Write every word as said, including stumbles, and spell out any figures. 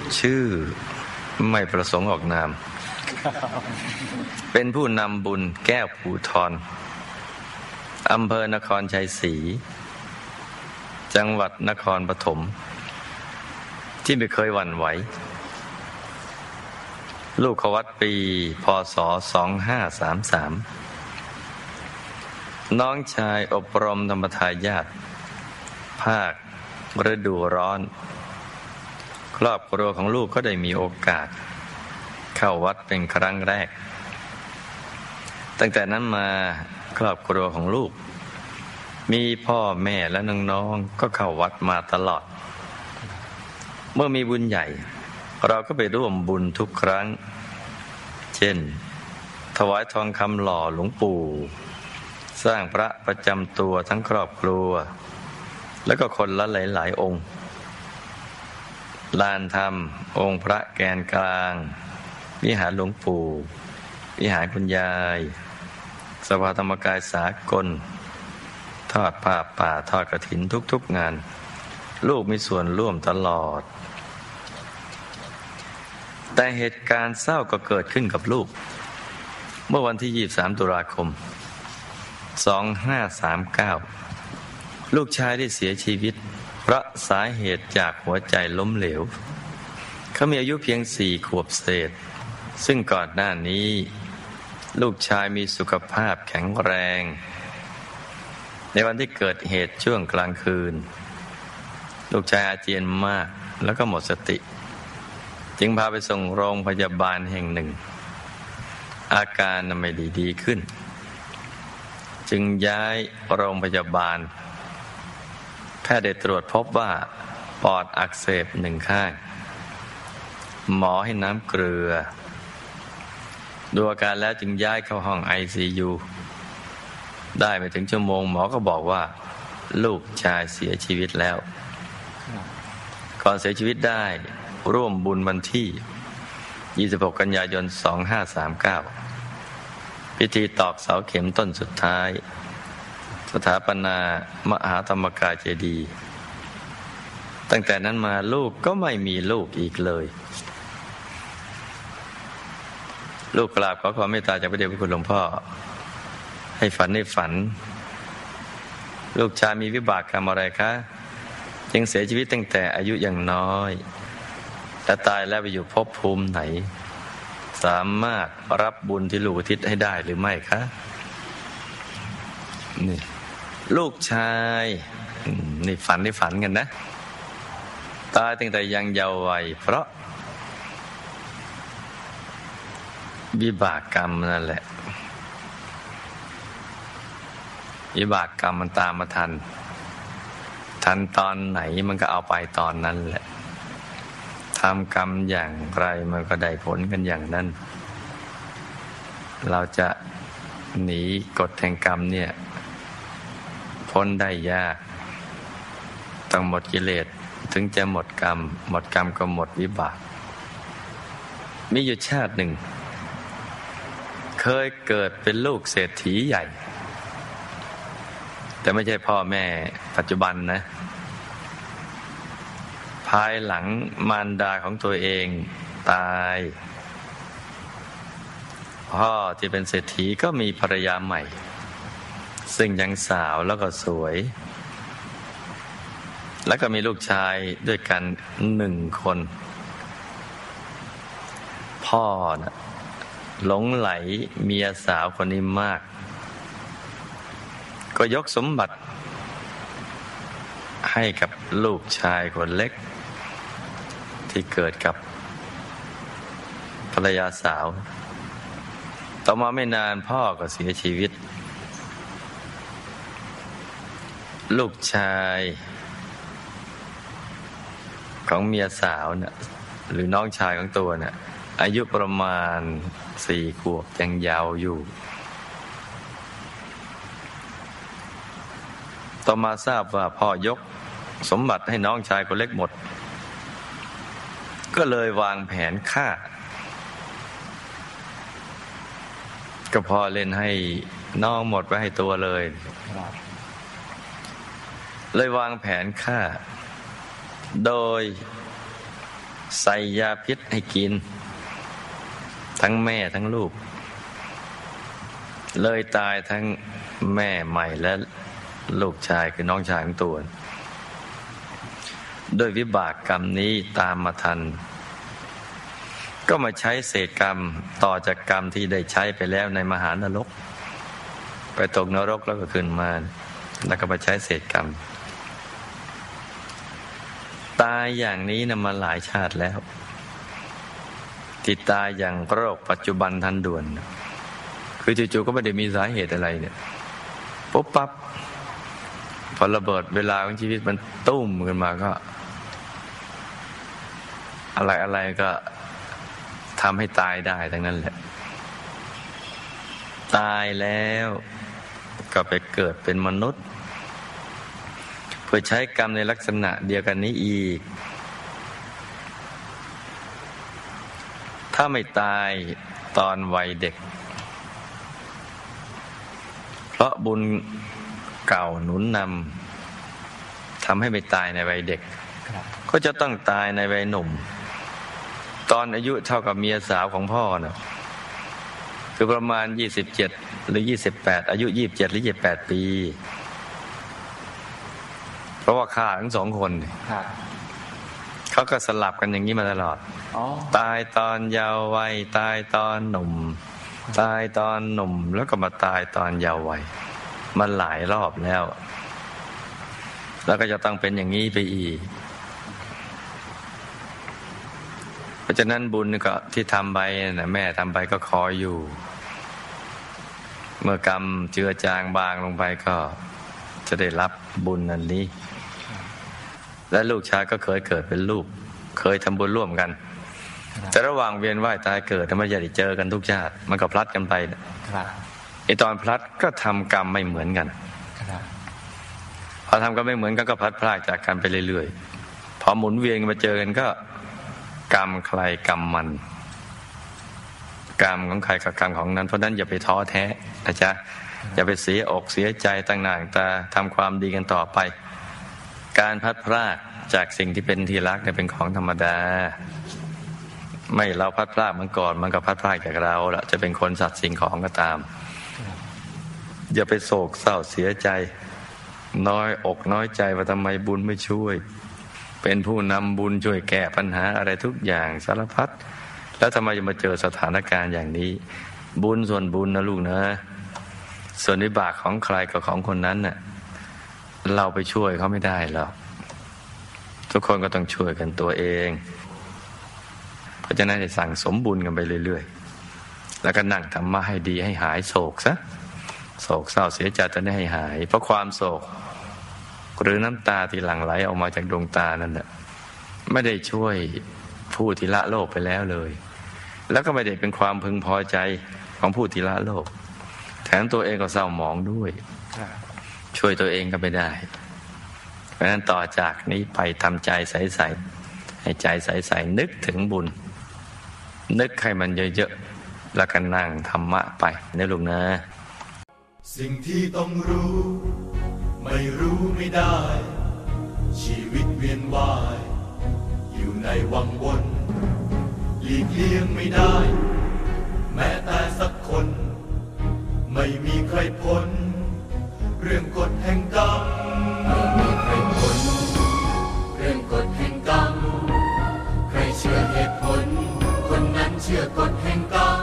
ชื่อไม่ประสงค์ออกนาม เป็นผู้นำบุญแก้วภูธรอำเภอนครชัยศรีจังหวัดนครปฐมที่ไม่เคยหวั่นไหวลูกเขาวัดปีพ.ศ. สองห้าสามสามน้องชายอบรมธรรมทายาทภาคฤดูร้อนครอบครัวของลูกก็ได้มีโอกาสเข้าวัดเป็นครั้งแรกตั้งแต่นั้นมาครอบครัวของลูกมีพ่อแม่และน้องๆก็เข้าวัดมาตลอดเมื่อมีบุญใหญ่เราก็ไปร่วมบุญทุกครั้งเช่นถวายทองคำหล่อหลวงปู่สร้างพระประจำตัวทั้งครอบครัวแล้วก็คนละหลายๆองค์ลานธรรมองค์พระแกนกลางวิหารหลวงปู่วิหารคุณยายสภาธรรมกายสากลทอดผ้าป่าทอดกฐินทุกๆงานลูกมีส่วนร่วมตลอดแต่เหตุการณ์เศร้าก็เกิดขึ้นกับลูกเมื่อวันที่ยี่สิบสามตุลาคมสองห้าสามเก้าลูกชายได้เสียชีวิตเพราะสาเหตุจากหัวใจล้มเหลวเขามีอายุเพียงสี่ขวบเศษซึ่งก่อนหน้านี้ลูกชายมีสุขภาพแข็งแรงในวันที่เกิดเหตุช่วงกลางคืนลูกชายอาเจียนมากแล้วก็หมดสติจึงพาไปส่งโรงพยาบาลแห่งหนึ่งอาการไม่ดีดีขึ้นจึงย้ายโรงพยาบาลแพทย์ได้ตรวจพบว่าปอดอักเสบหนึ่งข้างหมอให้น้ำเกลือดูอาการแล้วจึงย้ายเข้าห้อง ไอ ซี ยู ได้ไม่ถึงชั่วโมงหมอก็บอกว่าลูกชายเสียชีวิตแล้วก่อนเสียชีวิตได้ร่วมบุญวันที่ยี่สิบหกกันยายนสองห้าสามเก้าพิธีตอกเสาเข็มต้นสุดท้ายสถาปนามหาธรรมกายเจดีย์ตั้งแต่นั้นมาลูกก็ไม่มีลูกอีกเลยลูกกราบขอความเมตตาจากพระเดชพระคุณหลวงพ่อให้ฝันให้ฝันลูกชายมีวิบากกรรมอะไรคะจึงเสียชีวิตตั้งแต่อายุยังน้อยและตายแล้วไปอยู่ภพภูมิไหนสามารถรับบุญที่ลูกอุทิศให้ได้หรือไม่คะนี่ลูกชายนี่ฝันได้ฝันกันนะตายตั้งแต่ยังเยาว์วัยเพราะวิบากกรรมนั่นแหละวิบากกรรมมันตามมาทันทันตอนไหนมันก็เอาไปตอนนั้นแหละทำกรรมอย่างไรมันก็ได้ผลกันอย่างนั้นเราจะหนีกฎแห่งกรรมเนี่ยพ้นได้ยากต้องหมดกิเลสถึงจะหมดกรรมหมดกรรมก็หมดวิบากมีอยู่ชาติหนึ่งเคยเกิดเป็นลูกเศรษฐีใหญ่แต่ไม่ใช่พ่อแม่ปัจจุบันนะภายหลังมารดาของตัวเองตายพ่อที่เป็นเศรษฐีก็มีภรรยาใหม่ซึ่งยังสาวแล้วก็สวยแล้วก็มีลูกชายด้วยกันหนึ่งคนพ่อนะหลงไหลเมียสาวคนนี้มากก็ยกสมบัติให้กับลูกชายคนเล็กที่เกิดกับภรรยาสาวต่อมาไม่นานพ่อก็เสียชีวิตลูกชายของเมียสาวเนี่ยหรือน้องชายของตัวเนี่ยอายุประมาณสี่ขวบยังยาวอยู่ต่อมาทราบว่าพ่อยกสมบัติให้น้องชายคนเล็กหมดก็เลยวางแผนฆ่าก็พ่อเล่นให้น้องหมดไว้ให้ตัวเลยเลยวางแผนฆ่าโดยใส่ยาพิษให้กินทั้งแม่ทั้งลูกเลยตายทั้งแม่ใหม่และลูกชายคือน้องชายของตัวด้วยวิบากกรรมนี้ตามมาทันก็มาใช้เศษกรรมต่อจากกรรมที่ได้ใช้ไปแล้วในมหานรกไปตกนรกแล้วก็ขึ้นมาแล้วก็มาใช้เศษกรรมตายอย่างนี้นะมาหลายชาติแล้วที่ตายอย่างโรคปัจจุบันทันด่วนคือจู่ๆก็ไม่ได้มีสาเหตุอะไรเนี่ยปุ๊บปั๊บพอระเบิดเวลาของชีวิตมันตุ้มขึ้นมาก็อะไรอะไรก็ทำให้ตายได้ทั้งนั้นแหละตายแล้วก็ไปเกิดเป็นมนุษย์เพื่อใช้กรรมในลักษณะเดียวกันนี้อีกถ้าไม่ตายตอนวัยเด็กเพราะบุญเก่าหนุนนำทำให้ไม่ตายในวัยเด็กก็จะต้องตายในวัยหนุ่มตอนอายุเท่ากับเมียสาวของพ่อนะคือประมาณยี่สิบเจ็ดหรือยี่สิบแปดอายุยี่สิบเจ็ดหรือยี่สิบแปดปีเพราะว่าฆ่าทั้งสองคนเขาก็สลับกันอย่างนี้มาตลอดตายตอนเยาว์วัยตายตอนหนุ่มตายตอนหนุ่มแล้วก็มาตายตอนเยาว์วัยมันหลายรอบแล้วแล้วก็จะต้องเป็นอย่างนี้ไปอีกเพราะฉะนั้นบุญก็ที่ทำไปนะแม่ทำไปก็คอยอยู่เมื่อกรรมเจือจางบางลงไปก็จะได้รับบุญอันนี้และลูกชายก็เคยเกิดเป็นลูกเคยทำบุญร่วมกันแต่ระหว่างเวียนว่ายตายเกิดไม่ได้เจอกันทุกชาติมันก็พลัดกันไปไอตอนพลัดก็ทำกรรมไม่เหมือนกันพอทำกรรมไม่เหมือนกันก็พลัดพรากจากกันไปเรื่อยๆพอหมุนเวียนมาเจอกันก็กรรมใครกรรมมันกรรมของใครกับกรรมของนั้นเพราะนั้นอย่าไปท้อแท้นะจ๊ะอย่าไปเสียอกเสียใจตั้งหน้าตั้งตาทำความดีกันต่อไปการพลัดพรากจากสิ่งที่เป็นที่รักเนี่ยเป็นของธรรมดาไม่เราพลัดพรากมันก่อนมันก็พลัดพรากจากเราละจะเป็นคนสัตว์สิ่งของก็ตามอย่าไปโศกเศร้าเสียใจน้อยอกน้อยใจว่าทำไมบุญไม่ช่วยเป็นผู้นำบุญช่วยแก้ปัญหาอะไรทุกอย่างสารพัดแล้วทำไมจะมาเจอสถานการณ์อย่างนี้บุญส่วนบุญนะลูกนะส่วนวิบากของใครกับของคนนั้นน่ะเราไปช่วยเขาไม่ได้หรอกทุกคนก็ต้องช่วยกันตัวเองเพราะฉะนั้นจะสั่งสมบุญกันไปเรื่อยๆแล้วก็นั่งธรรมะให้ดีให้หายโศกซะโศกเศร้าเสียใจตอนนี้ให้หายเพราะความโศกหรือน้ำตาที่หลั่งไหลออกมาจากดวงตานั่นแหละไม่ได้ช่วยผู้ที่ละโลกไปแล้วเลยแล้วก็ไม่ได้เป็นความพึงพอใจของผู้ที่ละโลกแถมตัวเองก็เศร้าหมองด้วยช่วยตัวเองก็ไม่ได้เพราะฉะนั้นต่อจากนี้ไปทำใจใสๆให้ใจใสๆนึกถึงบุญนึกให้มันเยอะๆแล้วก็นั่งธรรมะไปนะลูกนะสิ่งที่ต้องรู้ไม่รู้ไม่ได้ชีวิตเวียนว่ายอยู่ในวังวนหลีกเลี่ยงไม่ได้แม้แต่สักคนไม่มีใครพ้นเรื่องกฎแห่งกรรมไม่มีใครพ้นเรื่องกฎแห่งกรรมใครเชื่อเหตุผลคนนั้นเชื่อกฎแห่งกรรม